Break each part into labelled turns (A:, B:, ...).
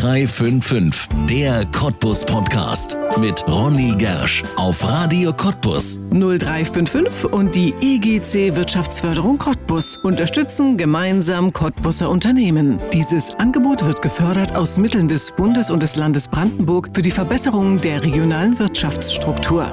A: 0355, der Cottbus Podcast mit Ronny Gersch auf Radio Cottbus.
B: 0355 und die EGC Wirtschaftsförderung Cottbus unterstützen gemeinsam Cottbuser Unternehmen. Dieses Angebot wird gefördert aus Mitteln des Bundes und des Landes Brandenburg für die Verbesserung der regionalen Wirtschaftsstruktur.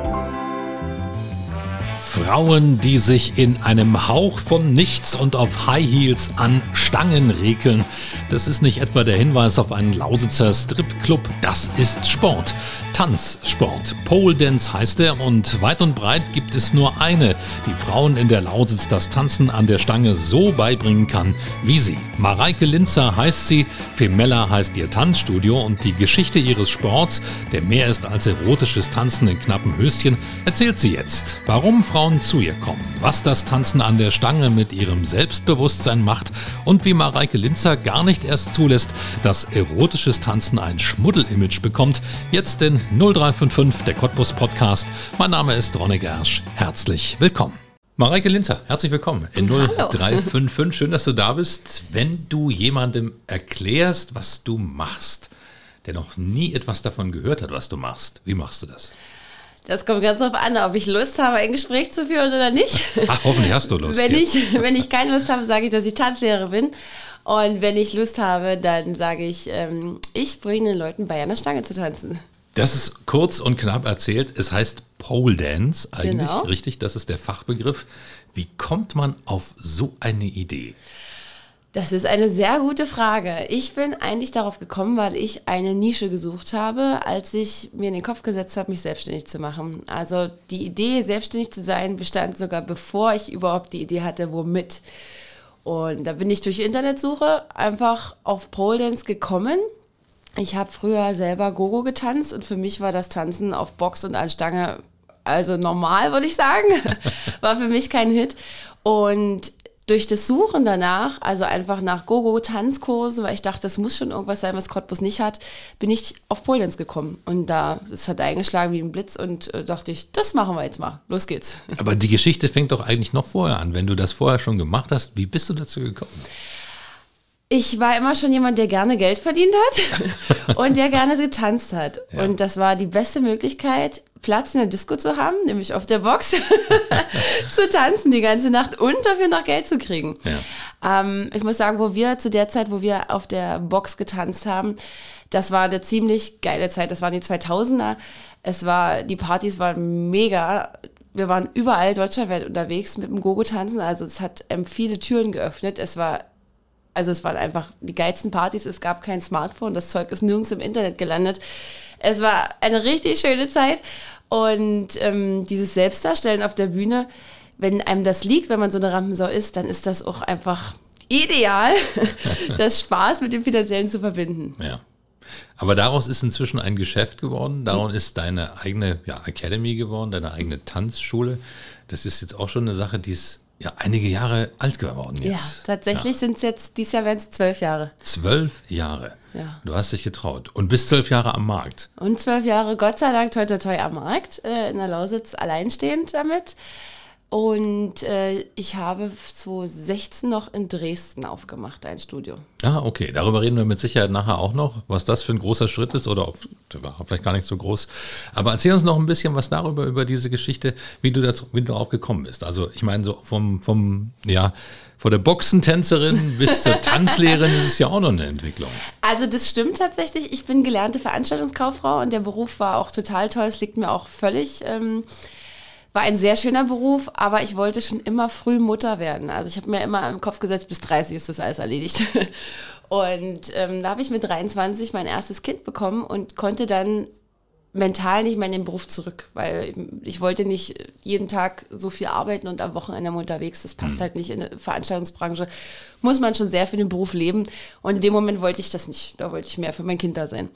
C: Frauen, die sich in einem Hauch von nichts und auf High Heels an Stangen rekeln. Das ist nicht etwa der Hinweis auf einen Lausitzer Stripclub, das ist Sport. Tanzsport. Pole Dance heißt er und weit und breit gibt es nur eine, die Frauen in der Lausitz das Tanzen an der Stange so beibringen kann wie sie. Mareike Linzer heißt sie, Femella heißt ihr Tanzstudio und die Geschichte ihres Sports, der mehr ist als erotisches Tanzen in knappen Höschen, erzählt sie jetzt. Warum Frauen zu ihr kommen, was das Tanzen an der Stange mit ihrem Selbstbewusstsein macht und wie Mareike Linzer gar nicht erst zulässt, dass erotisches Tanzen ein Schmuddelimage bekommt. Jetzt in 0355, der Cottbus Podcast. Mein Name ist Ronny Gersch. Herzlich willkommen. Mareike Linzer, herzlich willkommen in 0355. Schön, dass du da bist. Wenn du jemandem erklärst, was du machst, der noch nie etwas davon gehört hat, was du machst, wie machst du das?
D: Das kommt ganz darauf an, ob ich Lust habe, ein Gespräch zu führen oder nicht.
C: Ach, hoffentlich hast du Lust.
D: Wenn ich keine Lust habe, sage ich, dass ich Tanzlehrerin bin. Und wenn ich Lust habe, dann sage ich, ich bringe den Leuten bei, an der Stange zu tanzen.
C: Das ist kurz und knapp erzählt. Es heißt Pole Dance eigentlich,
D: genau.
C: Richtig? Das ist der Fachbegriff. Wie kommt man auf so eine Idee?
D: Das ist eine sehr gute Frage. Ich bin eigentlich darauf gekommen, weil ich eine Nische gesucht habe, als ich mir in den Kopf gesetzt habe, mich selbstständig zu machen. Also die Idee, selbstständig zu sein, bestand sogar bevor ich überhaupt die Idee hatte, womit. Und da bin ich durch Internetsuche einfach auf Pole Dance gekommen. Ich habe früher selber Gogo getanzt und für mich war das Tanzen auf Box und an Stange, also normal, würde ich sagen, war für mich kein Hit. Und durch das Suchen danach, also einfach nach Gogo-Tanzkursen, weil ich dachte, das muss schon irgendwas sein, was Cottbus nicht hat, bin ich auf Pole Dance gekommen. Und das hat eingeschlagen wie ein Blitz und dachte ich, das machen wir jetzt mal. Los geht's.
C: Aber die Geschichte fängt doch eigentlich noch vorher an. Wenn du das vorher schon gemacht hast, wie bist du dazu gekommen?
D: Ich war immer schon jemand, der gerne Geld verdient hat und der gerne getanzt hat. Ja. Und das war die beste Möglichkeit, Platz in der Disco zu haben, nämlich auf der Box, zu tanzen die ganze Nacht und dafür noch Geld zu kriegen. Ja. Ich muss sagen, zu der Zeit, wo wir auf der Box getanzt haben, das war eine ziemlich geile Zeit. Das waren die 2000er. Die Partys waren mega. Wir waren überall deutschlandweit unterwegs mit dem Gogo-Tanzen. Also es hat viele Türen geöffnet. Es waren einfach die geilsten Partys. Es gab kein Smartphone. Das Zeug ist nirgends im Internet gelandet. Es war eine richtig schöne Zeit. Und dieses Selbstdarstellen auf der Bühne, wenn einem das liegt, wenn man so eine Rampensau ist, dann ist das auch einfach ideal, das Spaß mit dem Finanziellen zu verbinden.
C: Ja. Aber daraus ist inzwischen ein Geschäft geworden. Daraus ist deine eigene Academy geworden, deine eigene Tanzschule. Das ist jetzt auch schon eine Sache, die ist einige Jahre alt geworden jetzt.
D: Ja, tatsächlich sind es jetzt, dieses Jahr werden es 12 Jahre.
C: 12 Jahre.
D: Ja.
C: Du hast dich getraut. Und bist 12 Jahre am Markt.
D: Und 12 Jahre, Gott sei Dank, toi toi toi am Markt, in der Lausitz alleinstehend damit. Und ich habe 2016 noch in Dresden aufgemacht, ein Studio.
C: Ah, okay. Darüber reden wir mit Sicherheit nachher auch noch, was das für ein großer Schritt ist oder ob, der war vielleicht gar nicht so groß. Aber erzähl uns noch ein bisschen was darüber, über diese Geschichte, wie du darauf gekommen bist. Also ich meine, so von der Boxentänzerin bis zur Tanzlehrerin ist es ja auch noch eine Entwicklung.
D: Also das stimmt tatsächlich. Ich bin gelernte Veranstaltungskauffrau und der Beruf war auch total toll. Es liegt mir auch völlig... War ein sehr schöner Beruf, aber ich wollte schon immer früh Mutter werden. Also ich habe mir immer im Kopf gesetzt, bis 30 ist das alles erledigt. Und da habe ich mit 23 mein erstes Kind bekommen und konnte dann mental nicht mehr in den Beruf zurück, weil ich wollte nicht jeden Tag so viel arbeiten und am Wochenende unterwegs. Das passt halt nicht in eine Veranstaltungsbranche. Muss man schon sehr für den Beruf leben. Und in dem Moment wollte ich das nicht. Da wollte ich mehr für mein Kind da sein.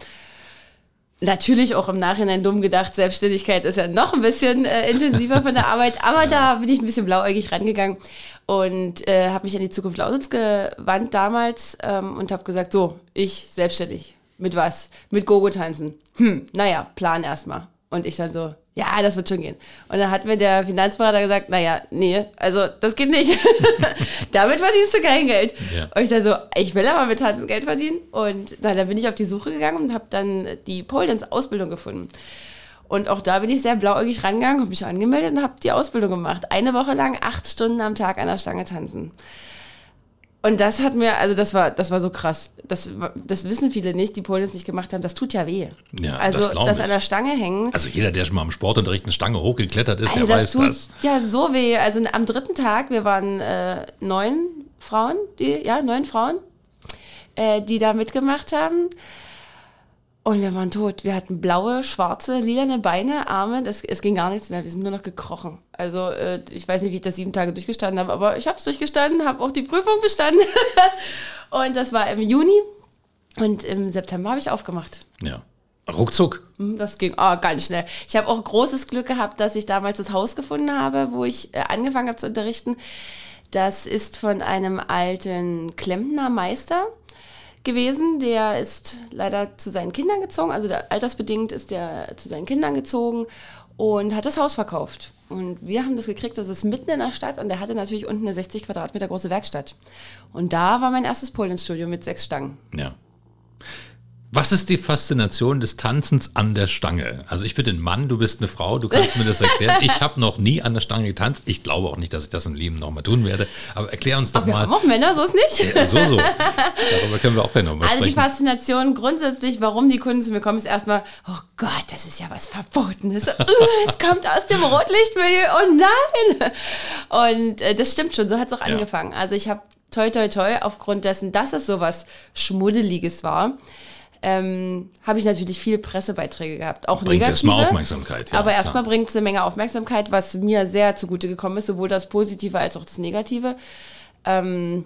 D: Natürlich auch im Nachhinein dumm gedacht, Selbstständigkeit ist ja noch ein bisschen intensiver von der Arbeit, aber da bin ich ein bisschen blauäugig rangegangen und habe mich an die Zukunft Lausitz gewandt damals und habe gesagt, so, ich selbstständig, mit was? Mit Gogo tanzen. Naja, plan erstmal. Und ich dann so, ja, das wird schon gehen. Und dann hat mir der Finanzberater gesagt, naja, nee, also das geht nicht. Damit verdienst du kein Geld.
C: Ja.
D: Und ich dann so, ich will aber mit Tanzen Geld verdienen. Und dann bin ich auf die Suche gegangen und habe dann die Pole Dance Ausbildung gefunden. Und auch da bin ich sehr blauäugig rangegangen, habe mich angemeldet und habe die Ausbildung gemacht. 1 Woche lang 8 Stunden am Tag an der Stange tanzen. Und das hat mir, also das war so krass. Das wissen viele nicht, die Pole Dance nicht gemacht haben. Das tut ja weh.
C: Ja,
D: also das
C: ich.
D: an der Stange hängen.
C: Also jeder, der schon mal im Sportunterricht eine Stange hochgeklettert ist, der
D: das
C: weiß
D: tut
C: das.
D: Ja so weh. Also am 3. Tag, wir waren 9 Frauen, die da mitgemacht haben. Und wir waren tot. Wir hatten blaue, schwarze, lilane Beine, Arme. Es ging gar nichts mehr. Wir sind nur noch gekrochen. Also ich weiß nicht, wie ich das 7 Tage durchgestanden habe, aber ich habe es durchgestanden, habe auch die Prüfung bestanden. Und das war im Juni. Und im September habe ich aufgemacht.
C: Ja. Ruckzuck.
D: Das ging ganz schnell. Ich habe auch großes Glück gehabt, dass ich damals das Haus gefunden habe, wo ich angefangen habe zu unterrichten. Das ist von einem alten Klempner Meister gewesen, der ist leider zu seinen Kindern gezogen, also altersbedingt ist der zu seinen Kindern gezogen und hat das Haus verkauft. Und wir haben das gekriegt, das ist mitten in der Stadt und der hatte natürlich unten eine 60 Quadratmeter große Werkstatt. Und da war mein erstes Pole Dance Studio mit 6 Stangen.
C: Ja. Was ist die Faszination des Tanzens an der Stange? Also ich bin ein Mann, du bist eine Frau, du kannst mir das erklären. Ich habe noch nie an der Stange getanzt. Ich glaube auch nicht, dass ich das im Leben nochmal tun werde. Aber erklär uns doch
D: wir
C: mal.
D: Haben auch Männer, so ist nicht.
C: Ja, so. Darüber können wir auch gleich nochmal sprechen.
D: Also die Faszination grundsätzlich, warum die Kunden zu mir kommen, ist erstmal, oh Gott, das ist ja was Verbotenes. Es kommt aus dem Rotlichtmilieu, oh nein. Und das stimmt schon, so hat es auch angefangen. Also ich habe toi, aufgrund dessen, dass es sowas Schmuddeliges war, habe ich natürlich viele Pressebeiträge gehabt, auch
C: bringt
D: negative.
C: Erstmal Aufmerksamkeit. Ja,
D: aber erstmal bringt es eine Menge Aufmerksamkeit, was mir sehr zugute gekommen ist, sowohl das Positive als auch das Negative. Den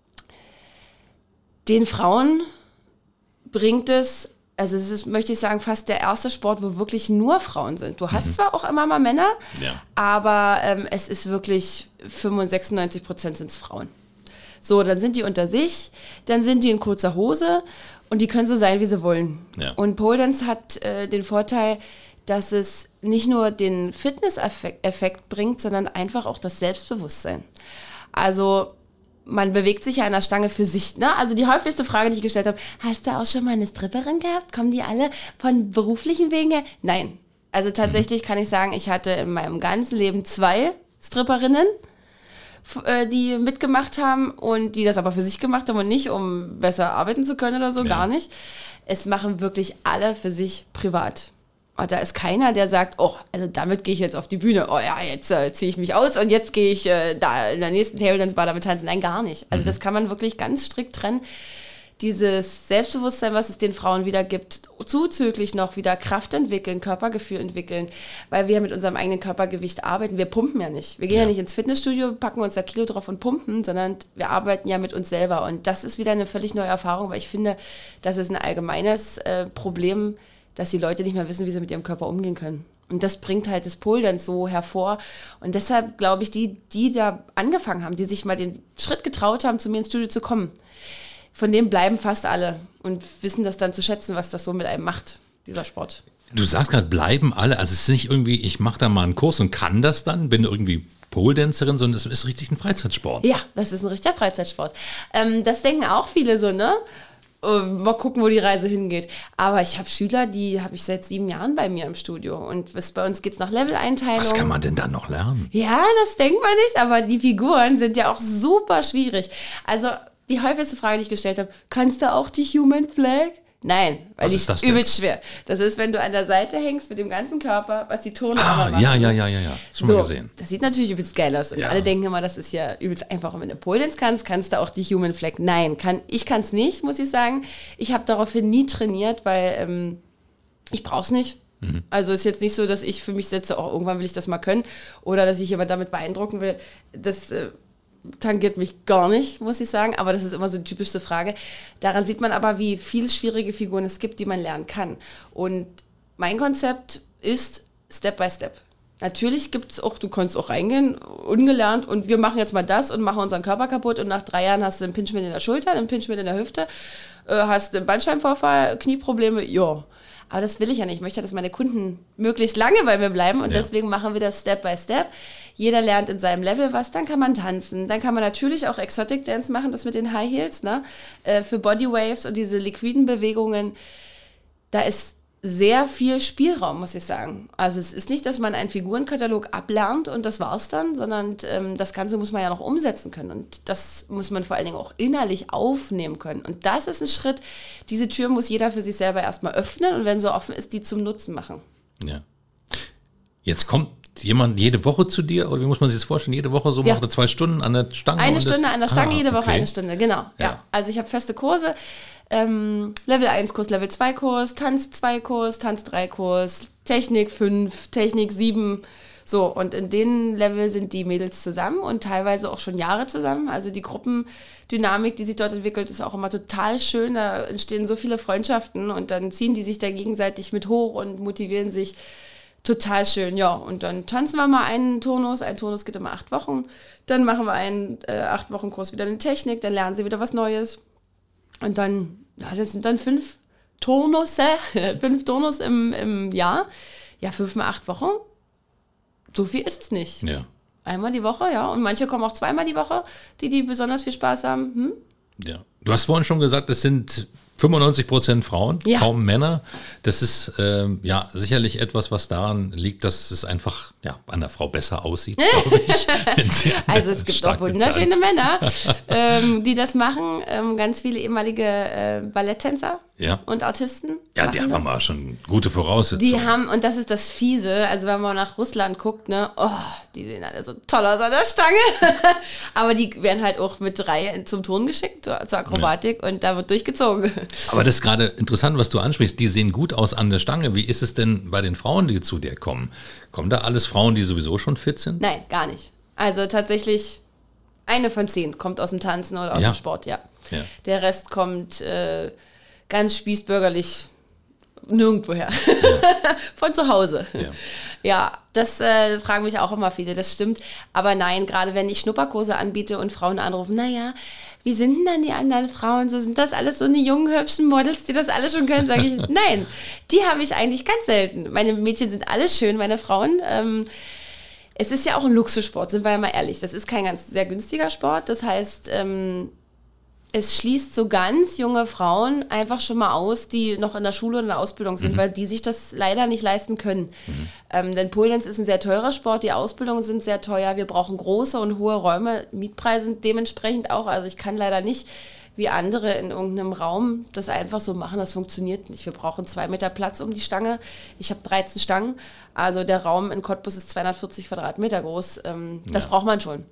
D: Frauen bringt es, also es ist, möchte ich sagen, fast der erste Sport, wo wirklich nur Frauen sind. Du hast zwar auch immer mal Männer, aber es ist wirklich 96% sind es Frauen. So, dann sind die unter sich, dann sind die in kurzer Hose und die können so sein, wie sie wollen. Ja. Und Pole Dance hat den Vorteil, dass es nicht nur den Fitness-Effekt bringt, sondern einfach auch das Selbstbewusstsein. Also man bewegt sich ja an der Stange für sich. Ne? Also die häufigste Frage, die ich gestellt habe, hast du auch schon mal eine Stripperin gehabt? Kommen die alle von beruflichen Wegen her? Nein. Also tatsächlich kann ich sagen, ich hatte in meinem ganzen Leben 2 Stripperinnen, die mitgemacht haben und die das aber für sich gemacht haben und nicht, um besser arbeiten zu können oder so, gar nicht. Es machen wirklich alle für sich privat. Und da ist keiner, der sagt, oh, also damit gehe ich jetzt auf die Bühne. Oh ja, jetzt ziehe ich mich aus und jetzt gehe ich da in der nächsten Table Dance Bar damit tanzen. Nein, gar nicht. Also das kann man wirklich ganz strikt trennen. Dieses Selbstbewusstsein, was es den Frauen wieder gibt, zuzüglich noch wieder Kraft entwickeln, Körpergefühl entwickeln, weil wir mit unserem eigenen Körpergewicht arbeiten. Wir pumpen ja nicht. Wir gehen ja nicht ins Fitnessstudio, packen uns da Kilo drauf und pumpen, sondern wir arbeiten ja mit uns selber. Und das ist wieder eine völlig neue Erfahrung, weil ich finde, das ist ein allgemeines Problem, dass die Leute nicht mehr wissen, wie sie mit ihrem Körper umgehen können. Und das bringt halt das Pole Dance so hervor. Und deshalb glaube ich, die da angefangen haben, die sich mal den Schritt getraut haben, zu mir ins Studio zu kommen, von denen bleiben fast alle und wissen das dann zu schätzen, was das so mit einem macht, dieser Sport.
C: Du sagst gerade, bleiben alle, also es ist nicht irgendwie, ich mache da mal einen Kurs und kann das dann, bin irgendwie Pole-Dancerin, sondern es ist richtig ein Freizeitsport.
D: Ja, das ist ein richtiger Freizeitsport. Das denken auch viele so, ne? Mal gucken, wo die Reise hingeht. Aber ich habe Schüler, die habe ich seit 7 Jahren bei mir im Studio. Und bei uns geht es nach Level-Einteilung.
C: Was kann man denn dann noch lernen?
D: Ja, das denkt man nicht, aber die Figuren sind ja auch super schwierig. Also die häufigste Frage, die ich gestellt habe, kannst du auch die Human Flag? Nein, weil die ist übelst schwer. Das ist, wenn du an der Seite hängst mit dem ganzen Körper, was die Turnarme machen.
C: Ja. Schon mal gesehen.
D: Das sieht natürlich übelst geil aus. Und alle denken immer, das ist ja übelst einfach. Und wenn du Pole Dance kannst du auch die Human Flag. Nein, ich kann es nicht, muss ich sagen. Ich habe daraufhin nie trainiert, weil ich brauche es nicht. Also ist jetzt nicht so, dass ich für mich setze, oh, irgendwann will ich das mal können. Oder dass ich jemand damit beeindrucken will. Das tangiert mich gar nicht, muss ich sagen, aber das ist immer so die typischste Frage. Daran sieht man aber, wie viele schwierige Figuren es gibt, die man lernen kann. Und mein Konzept ist Step by Step. Natürlich gibt es auch, du kannst auch reingehen, ungelernt, und wir machen jetzt mal das und machen unseren Körper kaputt und nach 3 Jahren hast du einen Pinchment in der Schulter, einen Pinchment in der Hüfte Hast einen Bandscheibenvorfall, Knieprobleme? Ja. Aber das will ich ja nicht. Ich möchte, dass meine Kunden möglichst lange bei mir bleiben und deswegen machen wir das Step by Step. Jeder lernt in seinem Level was, dann kann man tanzen, dann kann man natürlich auch Exotic Dance machen, das mit den High Heels, ne? Für Bodywaves und diese liquiden Bewegungen. Da ist sehr viel Spielraum, muss ich sagen. Also es ist nicht, dass man einen Figurenkatalog ablernt und das war's dann, sondern das Ganze muss man ja noch umsetzen können und das muss man vor allen Dingen auch innerlich aufnehmen können. Und das ist ein Schritt, diese Tür muss jeder für sich selber erstmal öffnen und wenn sie offen ist, die zum Nutzen machen.
C: Ja. Jetzt kommt jemand jede Woche zu dir, oder wie muss man sich das vorstellen? Jede Woche so macht er 2 Stunden an der Stange?
D: Eine Stunde an der Stange, jede Woche eine Stunde, genau. Ja. Also ich habe feste Kurse. Level 1 Kurs, Level 2 Kurs, Tanz 2 Kurs, Tanz 3 Kurs, Technik 5, Technik 7, so und in den Level sind die Mädels zusammen und teilweise auch schon Jahre zusammen, also die Gruppendynamik, die sich dort entwickelt, ist auch immer total schön, da entstehen so viele Freundschaften und dann ziehen die sich da gegenseitig mit hoch und motivieren sich, total schön, ja, und dann tanzen wir mal ein Turnus geht immer 8 Wochen, dann machen wir einen 8 Wochen Kurs wieder in Technik, dann lernen sie wieder was Neues. Und dann, das sind dann 5 Turnusse, 5 Turnus im Jahr. Ja, 5 mal 8 Wochen. So viel ist es nicht.
C: Ja.
D: Einmal die Woche, ja. Und manche kommen auch 2-mal die Woche, die besonders viel Spaß haben.
C: Ja. Du hast vorhin schon gesagt, es sind 95% Frauen, kaum Männer. Das ist sicherlich etwas, was daran liegt, dass es einfach an der Frau besser aussieht, glaube ich.
D: Also es gibt auch wunderschöne Männer, die das machen. Ganz viele ehemalige Balletttänzer und Artisten.
C: Ja, die haben aber schon gute Voraussetzungen.
D: Die haben, und das ist das Fiese, also wenn man nach Russland guckt, ne, die sehen alle so toll aus an der Stange. Aber die werden halt auch mit 3 zum Turnen geschickt, zur Akrobatik und da wird durchgezogen.
C: Aber das ist gerade interessant, was du ansprichst. Die sehen gut aus an der Stange. Wie ist es denn bei den Frauen, die zu dir kommen? Kommen da alles Frauen, die sowieso schon fit sind?
D: Nein, gar nicht. Also tatsächlich 1 von 10 kommt aus dem Tanzen oder aus dem Sport, ja. Der Rest kommt ganz spießbürgerlich nirgendwoher. Von zu Hause. Ja, das fragen mich auch immer viele, das stimmt. Aber nein, gerade wenn ich Schnupperkurse anbiete und Frauen anrufen, naja, wie sind denn dann die anderen Frauen? So, sind das alles so eine jungen, hübschen Models, die das alle schon können? Sage ich, nein, die habe ich eigentlich ganz selten. Meine Mädchen sind alle schön, meine Frauen. Es ist ja auch ein Luxussport, sind wir ja mal ehrlich. Das ist kein sehr günstiger Sport. Das heißt, es schließt so ganz junge Frauen einfach schon mal aus, die noch in der Schule oder in der Ausbildung sind, weil die sich das leider nicht leisten können. Denn Pole Dance ist ein sehr teurer Sport, die Ausbildungen sind sehr teuer, wir brauchen große und hohe Räume, Mietpreise dementsprechend auch. Also ich kann leider nicht wie andere in irgendeinem Raum das einfach so machen, das funktioniert nicht. Wir brauchen 2 Meter Platz um die Stange. Ich habe 13 Stangen, also der Raum in Cottbus ist 240 Quadratmeter groß. Das braucht man schon.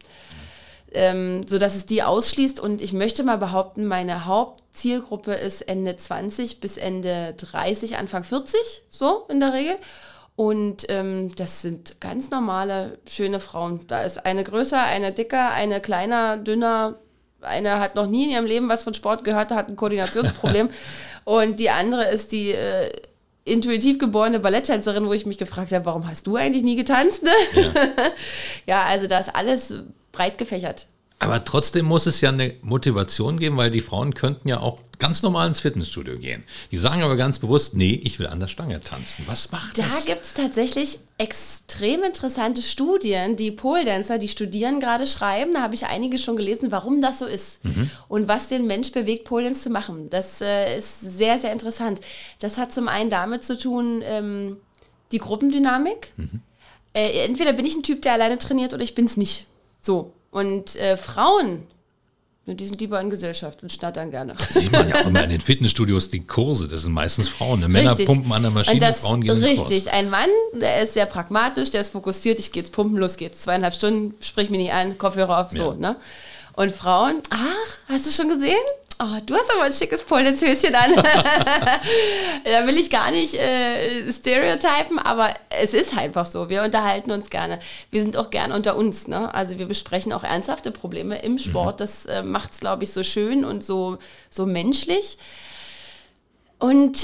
D: Sodass es die ausschließt und ich möchte mal behaupten, meine Hauptzielgruppe ist Ende 20 bis Ende 30, Anfang 40, so in der Regel. Und das sind ganz normale, schöne Frauen. Da ist eine größer, eine dicker, eine kleiner, dünner, eine hat noch nie in ihrem Leben was von Sport gehört, hat ein Koordinationsproblem und die andere ist die intuitiv geborene Balletttänzerin, wo ich mich gefragt habe, warum hast du eigentlich nie getanzt? Ne? Ja, also da ist alles breit gefächert.
C: Aber trotzdem muss es ja eine Motivation geben, weil die Frauen könnten ja auch ganz normal ins Fitnessstudio gehen. Die sagen aber ganz bewusst, nee, ich will an der Stange tanzen. Was macht das?
D: Da gibt es tatsächlich extrem interessante Studien, die Pole-Dancer, die studieren gerade, schreiben. Da habe ich einige schon gelesen, warum das so ist und was den Mensch bewegt, Pole-Dance zu machen. Das ist sehr, sehr interessant. Das hat zum einen damit zu tun, die Gruppendynamik. Entweder bin ich ein Typ, der alleine trainiert oder ich bin es nicht. So. Und Frauen, die sind lieber in Gesellschaft und schnattern gerne.
C: Das sieht man ja auch immer in den Fitnessstudios, die Kurse, das sind meistens Frauen. Männer pumpen an der Maschine, Frauen gehen in den Kurs.
D: Richtig, ein Mann, der ist sehr pragmatisch, der ist fokussiert, ich gehe jetzt pumpen, los geht's. 2,5 Stunden, sprich mich nicht an, Kopfhörer auf, so, ne? Und Frauen, hast du schon gesehen? Oh, du hast aber ein schickes Pole-Dance-Höschen an. Da will ich gar nicht stereotypen, aber es ist einfach so. Wir unterhalten uns gerne. Wir sind auch gerne unter uns. Ne? Also wir besprechen auch ernsthafte Probleme im Sport. Das macht es, glaube ich, so schön und so menschlich. Und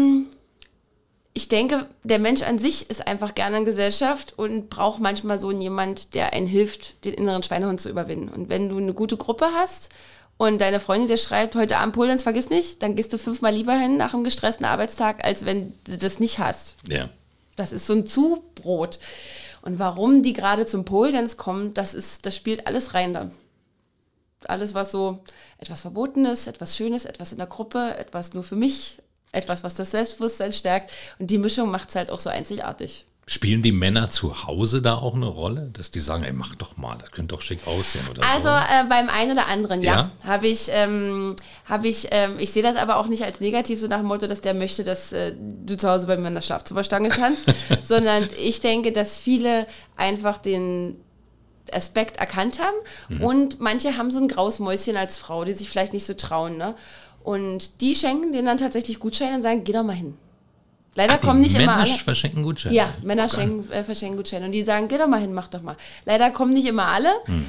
D: ich denke, der Mensch an sich ist einfach gerne in Gesellschaft und braucht manchmal so jemand, der einen hilft, den inneren Schweinehund zu überwinden. Und wenn du eine gute Gruppe hast und deine Freundin dir schreibt, heute Abend Pole Dance, vergiss nicht, dann gehst du 5-mal lieber hin nach einem gestressten Arbeitstag, als wenn du das nicht hast.
C: Ja.
D: Das ist so ein Zubrot. Und warum die gerade zum Pole Dance kommen, das spielt alles rein da. Alles, was so etwas Verbotenes, etwas Schönes, etwas in der Gruppe, etwas nur für mich, etwas, was das Selbstbewusstsein stärkt. Und die Mischung macht es halt auch so einzigartig.
C: Spielen die Männer zu Hause da auch eine Rolle? Dass die sagen, ey, mach doch mal, das könnte doch schick aussehen oder
D: also,
C: so?
D: beim einen oder anderen, ja.
C: Ja?
D: Ich sehe das aber auch nicht als negativ, so nach dem Motto, dass der möchte, dass du zu Hause bei mir in der Schlafzimmerstange tanzt, sondern ich denke, dass viele einfach den Aspekt erkannt haben und manche haben so ein graues Mäuschen als Frau, die sich vielleicht nicht so trauen, ne? Und die schenken denen dann tatsächlich Gutscheine und sagen, geh doch mal hin. Leider kommen nicht immer alle.
C: Männer verschenken Gutscheine?
D: Ja, Männer verschenken Gutscheine und die sagen, geh doch mal hin, mach doch mal. Leider kommen nicht immer alle,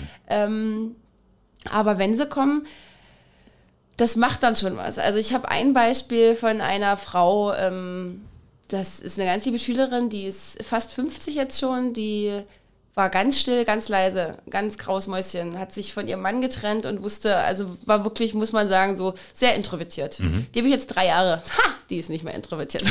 D: aber wenn sie kommen, das macht dann schon was. Also ich habe ein Beispiel von einer Frau, das ist eine ganz liebe Schülerin, die ist fast 50 jetzt schon, die war ganz still, ganz leise, ganz graues Mäuschen, hat sich von ihrem Mann getrennt und wusste, also war wirklich, muss man sagen, so sehr introvertiert. Die habe ich jetzt 3 Jahre. Die ist nicht mehr introvertiert.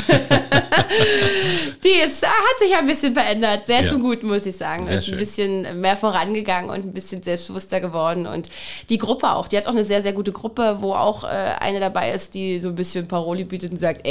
D: Hat sich ein bisschen verändert, sehr zum Guten, muss ich sagen.
C: Sehr
D: ist
C: schön.
D: ein bisschen mehr vorangegangen und ein bisschen selbstbewusster geworden. Und die Gruppe auch, die hat auch eine sehr, sehr gute Gruppe, wo auch eine dabei ist, die so ein bisschen Paroli bietet und sagt,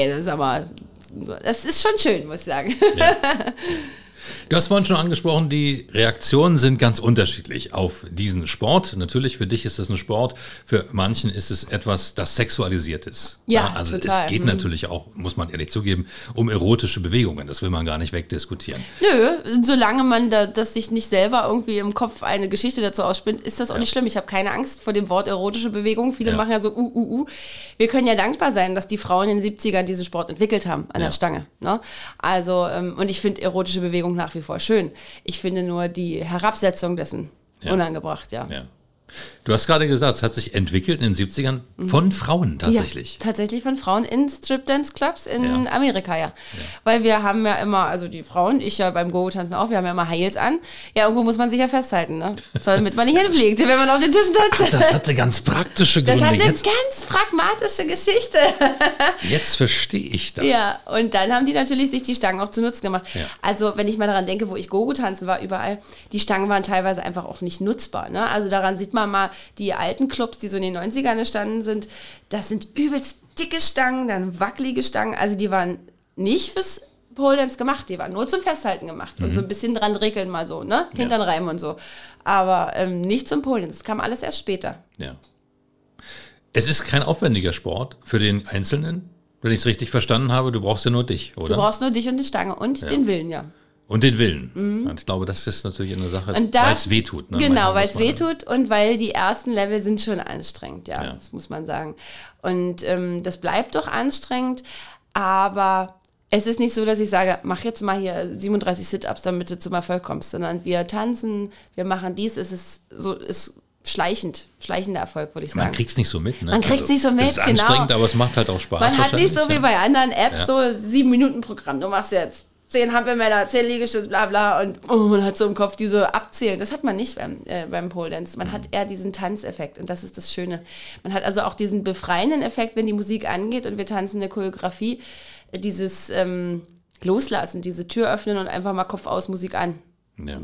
D: das ist schon schön, muss ich sagen.
C: Ja. Du hast vorhin schon angesprochen, die Reaktionen sind ganz unterschiedlich auf diesen Sport. Natürlich, für dich ist das ein Sport, für manchen ist es etwas, das sexualisiert ist.
D: Ja,
C: also
D: total.
C: Es geht natürlich auch, muss man ehrlich zugeben, um erotische Bewegungen. Das will man gar nicht wegdiskutieren.
D: Nö, solange man das sich nicht selber irgendwie im Kopf eine Geschichte dazu ausspinnt, ist das auch nicht schlimm. Ich habe keine Angst vor dem Wort erotische Bewegung. Viele machen ja so Wir können ja dankbar sein, dass die Frauen in den 70ern diesen Sport entwickelt haben an der Stange. Ne? Also, und ich finde erotische Bewegung nach wie vor schön. Ich finde nur die Herabsetzung dessen unangebracht, ja.
C: Du hast gerade gesagt, es hat sich entwickelt in den 70ern von Frauen tatsächlich.
D: Ja, tatsächlich von Frauen in Strip-Dance-Clubs in Amerika, ja. Weil wir haben ja immer, also die Frauen, ich ja beim Go-Tanzen auch, wir haben ja immer High Heels an. Ja, irgendwo muss man sich ja festhalten, ne? Damit man nicht hinfliegt, wenn man auf den Tischen tanzt.
C: Das hatte ganz praktische Gründe.
D: Das hat eine ganz pragmatische Geschichte.
C: Jetzt verstehe ich das.
D: Ja, und dann haben die natürlich sich die Stangen auch zu Nutzen gemacht.
C: Ja.
D: Also, wenn ich mal daran denke, wo ich Go-Tanzen war, überall, die Stangen waren teilweise einfach auch nicht nutzbar, ne? Also daran sieht man mal, die alten Clubs, die so in den 90ern entstanden sind, das sind übelst dicke Stangen, dann wackelige Stangen, also die waren nicht fürs Pole Dance gemacht, die waren nur zum Festhalten gemacht und so ein bisschen dran regeln mal so, ne, Hintern reiben und so, aber nicht zum Pole Dance, das kam alles erst später.
C: Ja. Es ist kein aufwendiger Sport für den Einzelnen, wenn ich es richtig verstanden habe, du brauchst ja nur dich, oder?
D: Du brauchst nur dich und die Stange und den Willen, ja.
C: Und den Willen. Und ich glaube, das ist natürlich eine Sache,
D: Und da-
C: weil es wehtut. Ne?
D: Genau,
C: Manchmal
D: weil
C: muss
D: es
C: man-
D: wehtut und weil die ersten Level sind schon anstrengend, ja. Das muss man sagen. Und das bleibt doch anstrengend, aber es ist nicht so, dass ich sage, mach jetzt mal hier 37 Sit-Ups, damit du zum Erfolg kommst, sondern wir tanzen, wir machen dies, ist schleichender Erfolg, würde ich sagen.
C: Man kriegt es nicht so mit. Ne?
D: Man kriegt's nicht so mit,
C: es ist
D: genau.
C: anstrengend, aber es macht halt auch Spaß.
D: Man hat nicht so
C: wahrscheinlich,
D: wie bei anderen Apps so 7-Minuten-Programm. Du machst jetzt 10 Hampelmänner, 10 Liegestütze, bla bla und man hat so im Kopf diese Abzählen. Das hat man nicht beim Pole Dance. Man hat eher diesen Tanzeffekt und das ist das Schöne. Man hat also auch diesen befreienden Effekt, wenn die Musik angeht und wir tanzen eine Choreografie, dieses Loslassen, diese Tür öffnen und einfach mal Kopf aus, Musik an.
C: Ja.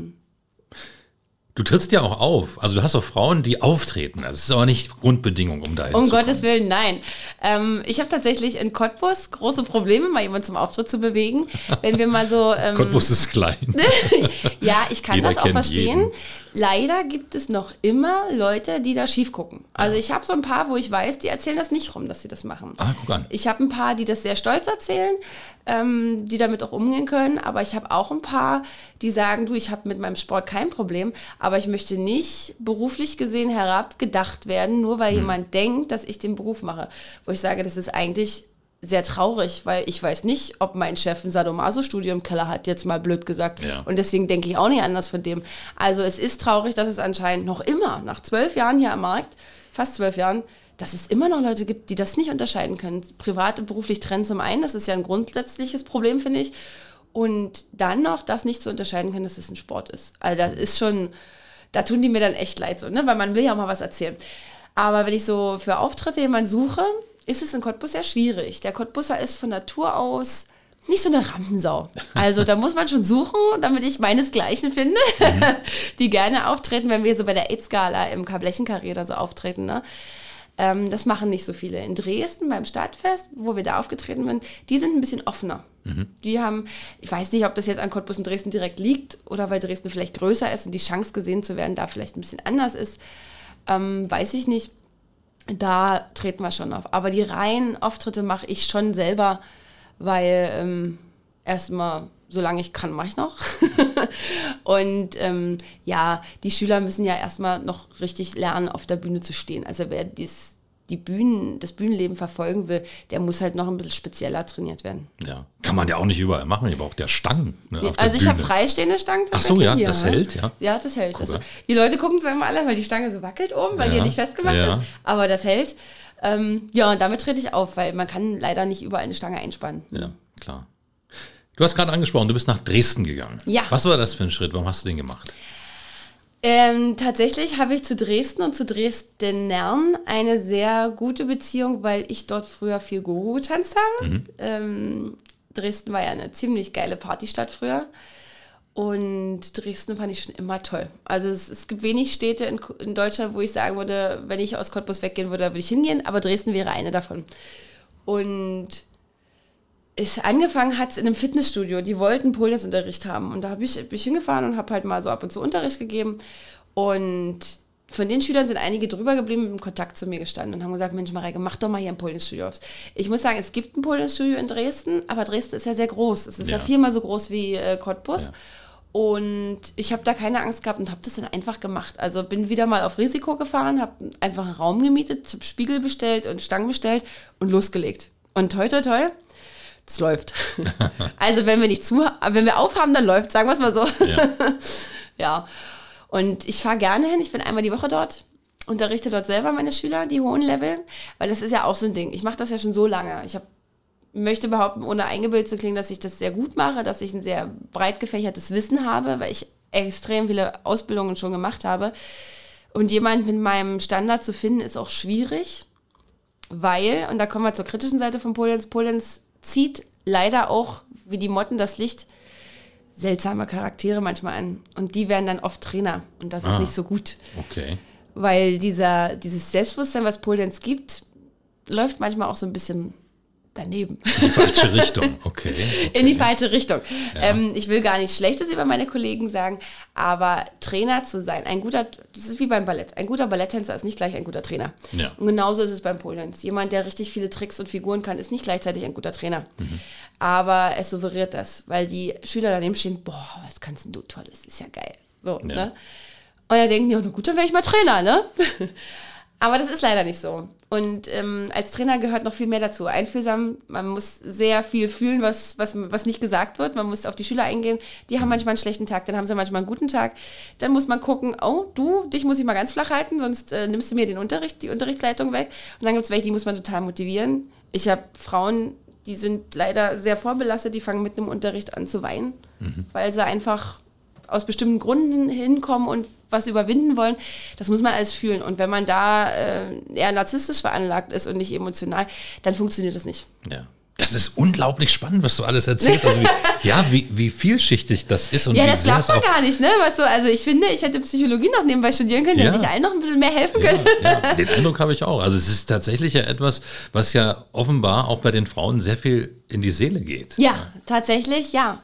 C: Du trittst ja auch auf. Also du hast auch Frauen, die auftreten. Das ist aber nicht Grundbedingung, um dahin
D: Um
C: zu kommen.
D: Gottes Willen, nein. Ich habe tatsächlich in Cottbus große Probleme, mal jemanden zum Auftritt zu bewegen. Wenn wir mal so...
C: Cottbus ist klein.
D: Ja, ich kann
C: Jeder
D: das auch
C: kennt
D: verstehen.
C: jeden.
D: Leider gibt es noch immer Leute, die da schief gucken. Also ich habe so ein paar, wo ich weiß, die erzählen das nicht rum, dass sie das machen.
C: Ah, guck an.
D: Ich habe ein paar, die das sehr stolz erzählen, die damit auch umgehen können. Aber ich habe auch ein paar, die sagen, du, ich habe mit meinem Sport kein Problem, aber ich möchte nicht beruflich gesehen herabgedacht werden, nur weil jemand denkt, dass ich den Beruf mache. Wo ich sage, das ist eigentlich sehr traurig, weil ich weiß nicht, ob mein Chef ein Sadomaso-Studio im Keller hat, jetzt mal blöd gesagt.
C: Ja.
D: Und deswegen denke ich auch nicht anders von dem. Also es ist traurig, dass es anscheinend noch immer, nach 12 Jahren hier am Markt, fast 12 Jahren, dass es immer noch Leute gibt, die das nicht unterscheiden können. Privat und beruflich trennen zum einen, das ist ja ein grundsätzliches Problem, finde ich. Und dann noch das nicht zu unterscheiden können, dass es ein Sport ist. Also das ist schon, da tun die mir dann echt leid, so, ne? Weil man will ja auch mal was erzählen. Aber wenn ich so für Auftritte jemanden suche, ist es in Cottbus sehr schwierig. Der Cottbusser ist von Natur aus nicht so eine Rampensau. Also da muss man schon suchen, damit ich meinesgleichen finde, die gerne auftreten, wenn wir so bei der AIDS-Gala im Kablechenkarree oder so auftreten. Ne? Das machen nicht so viele. In Dresden beim Stadtfest, wo wir da aufgetreten sind, die sind ein bisschen offener. Die haben, ich weiß nicht, ob das jetzt an Cottbus und Dresden direkt liegt oder weil Dresden vielleicht größer ist und die Chance gesehen zu werden da vielleicht ein bisschen anders ist. Weiß ich nicht. Da treten wir schon auf. Aber die reinen Auftritte mache ich schon selber, weil erstmal, solange ich kann, mache ich noch. Und die Schüler müssen ja erstmal noch richtig lernen, auf der Bühne zu stehen. Also wer das Bühnenleben verfolgen will, der muss halt noch ein bisschen spezieller trainiert werden.
C: Ja, kann man ja auch nicht überall machen. Ich brauche ja Stangen. Ne, auf
D: also
C: der
D: ich habe
C: Bühne.
D: freistehende Stangen.
C: Ach so, ja,
D: hier,
C: das hält, ja.
D: Ja, das hält.
C: Cool.
D: Also, die Leute gucken zwar immer alle, weil die Stange so wackelt oben, weil die nicht festgemacht ist, aber das hält. Und damit trete ich auf, weil man kann leider nicht überall eine Stange einspannen.
C: Ja, klar. Du hast gerade angesprochen, du bist nach Dresden gegangen.
D: Ja.
C: Was war das für ein Schritt? Warum hast du den gemacht?
D: Tatsächlich habe ich zu Dresden und zu Dresdenern eine sehr gute Beziehung, weil ich dort früher viel Gogo getanzt habe. Dresden war ja eine ziemlich geile Partystadt früher. Und Dresden fand ich schon immer toll. Also es gibt wenig Städte in Deutschland, wo ich sagen würde, wenn ich aus Cottbus weggehen würde, würde ich hingehen. Aber Dresden wäre eine davon. Und angefangen hat es in einem Fitnessstudio. Die wollten Pole-Dance-Unterricht haben. Und da bin ich hingefahren und habe halt mal so ab und zu Unterricht gegeben. Und von den Schülern sind einige drüber geblieben, im Kontakt zu mir gestanden und haben gesagt, Mensch Mareike, mach doch mal hier ein Pole-Dance-Studio auf. Ich muss sagen, es gibt ein Pole-Dance-Studio in Dresden, aber Dresden ist ja sehr groß. Es ist ja viermal so groß wie Cottbus. Ja. Und ich habe da keine Angst gehabt und habe das dann einfach gemacht. Also bin wieder mal auf Risiko gefahren, habe einfach einen Raum gemietet, habe Spiegel bestellt und Stangen bestellt und losgelegt. Und toi, toi, toi, es läuft. Also wenn wir aufhaben, dann läuft, sagen wir es mal so. Ja. Ja. Und ich fahre gerne hin, ich bin einmal die Woche dort, unterrichte dort selber meine Schüler, die hohen Level, weil das ist ja auch so ein Ding. Ich mache das ja schon so lange. Ich möchte behaupten, ohne eingebildet zu klingen, dass ich das sehr gut mache, dass ich ein sehr breit gefächertes Wissen habe, weil ich extrem viele Ausbildungen schon gemacht habe. Und jemand mit meinem Standard zu finden, ist auch schwierig, weil, und da kommen wir zur kritischen Seite von Pole Dance zieht leider auch, wie die Motten das Licht, seltsame Charaktere manchmal an. Und die werden dann oft Trainer. Und das ist nicht so gut.
C: Okay.
D: Weil dieses Selbstbewusstsein, was Pole Dance gibt, läuft manchmal auch so ein bisschen daneben.
C: In die falsche Richtung, okay.
D: In die falsche Richtung.
C: Ja.
D: Ich will gar nichts Schlechtes über meine Kollegen sagen, aber Trainer zu sein, das ist wie beim Ballett. Ein guter Balletttänzer ist nicht gleich ein guter Trainer. Ja. Und genauso ist es beim Pole Dance. Jemand, der richtig viele Tricks und Figuren kann, ist nicht gleichzeitig ein guter Trainer. Aber es suggeriert das, weil die Schüler daneben stehen, boah, was kannst denn du Tolles, ist ja geil. So, ja. Ne? Und dann denken die, na gut, dann wäre ich mal Trainer, ne? Aber das ist leider nicht so. Und als Trainer gehört noch viel mehr dazu. Einfühlsam, man muss sehr viel fühlen, was nicht gesagt wird. Man muss auf die Schüler eingehen. Die haben manchmal einen schlechten Tag, dann haben sie manchmal einen guten Tag. Dann muss man gucken, oh, dich muss ich mal ganz flach halten, sonst nimmst du mir die Unterrichtsleitung weg. Und dann gibt es welche, die muss man total motivieren. Ich habe Frauen, die sind leider sehr vorbelastet, die fangen mitten im Unterricht an zu weinen, weil sie einfach aus bestimmten Gründen hinkommen und was überwinden wollen, das muss man alles fühlen. Und wenn man da eher narzisstisch veranlagt ist und nicht emotional, dann funktioniert das nicht.
C: Ja. Das ist unglaublich spannend, was du alles erzählst. Also wie vielschichtig das ist. Und
D: ja,
C: wie
D: das glaubt man gar nicht, ne? Also ich finde, ich hätte Psychologie noch nebenbei studieren können, hätte ich allen noch ein bisschen mehr helfen können.
C: Ja, den Eindruck habe ich auch. Also es ist tatsächlich ja etwas, was ja offenbar auch bei den Frauen sehr viel in die Seele geht.
D: Ja, tatsächlich ja.